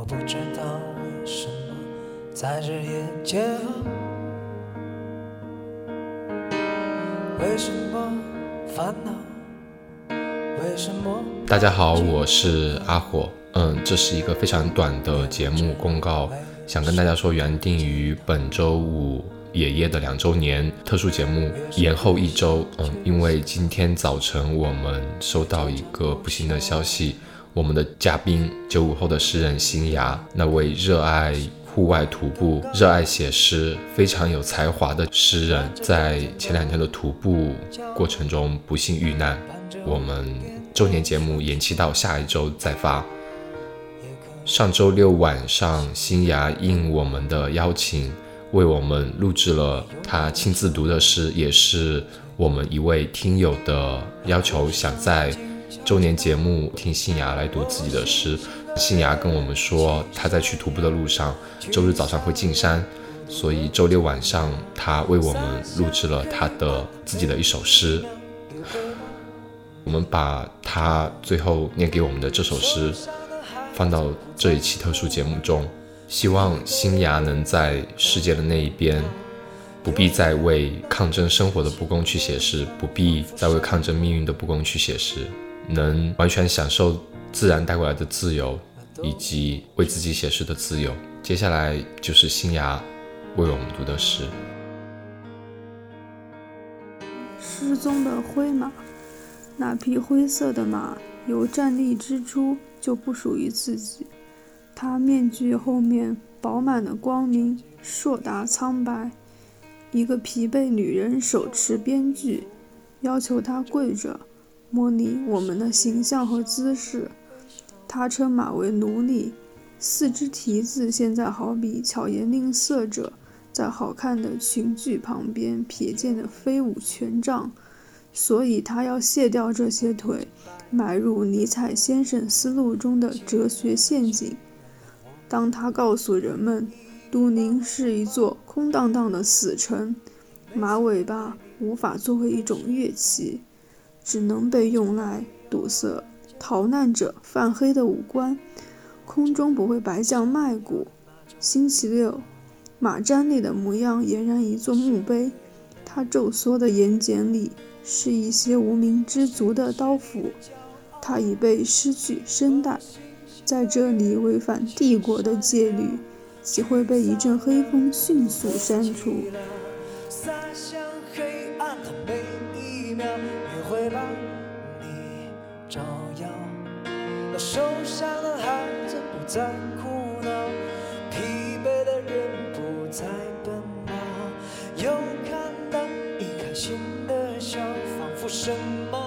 不知道为什么在日夜结合，为什么烦恼，为什么。 大家好，我是阿火。这是一个非常短的节目公告，想跟大家说，原定于本周五爷爷的2周年特殊节目延后1周。因为今天早晨我们收到一个不幸的消息，我们的嘉宾95后的诗人新芽，那位热爱户外徒步、热爱写诗、非常有才华的诗人，在前2天的徒步过程中不幸遇难。我们周年节目延期到下一周再发。上周六晚上，新芽应我们的邀请，为我们录制了他亲自读的诗，也是我们一位听友的要求，想在周年节目听新芽来读自己的诗。新芽跟我们说，他在去徒步的路上，周日早上会进山，所以周六晚上他为我们录制了他的自己的一首诗。我们把他最后念给我们的这首诗放到这一期特殊节目中，希望新芽能在世界的那一边，不必再为抗争生活的不公去写诗，不必再为抗争命运的不公去写诗，能完全享受自然带过来的自由，以及为自己写诗的自由。接下来就是新芽为我们读的诗。 失踪的灰马，那匹灰色的马由站立之初就不属于自己，它面具后面饱满的光明硕大苍白。一个疲惫女人手持编剧，要求她跪着模拟我们的形象和姿势。她称马为奴隶，4只蹄子现在好比巧言令色者在好看的裙裾旁边瞥见的飞舞权杖，所以他要卸掉这些腿，迈入尼采先生思路中的哲学陷阱。当他告诉人们都宁是一座空荡荡的死城，马尾巴无法作为一种乐器，只能被用来堵塞逃难者泛黑的五官，空中不会白降麦谷。星期六，马站立的模样俨然一座墓碑，他皱缩的眼睑里是一些无名之族的刀斧，他已被失去声带，在这里违反帝国的戒律，即会被一阵黑风迅速删除。 洒向黑暗的每一秒，也会把你照耀。受伤的孩子不再哭闹，疲惫的人不再奔跑，又看到一开心的笑，仿佛什么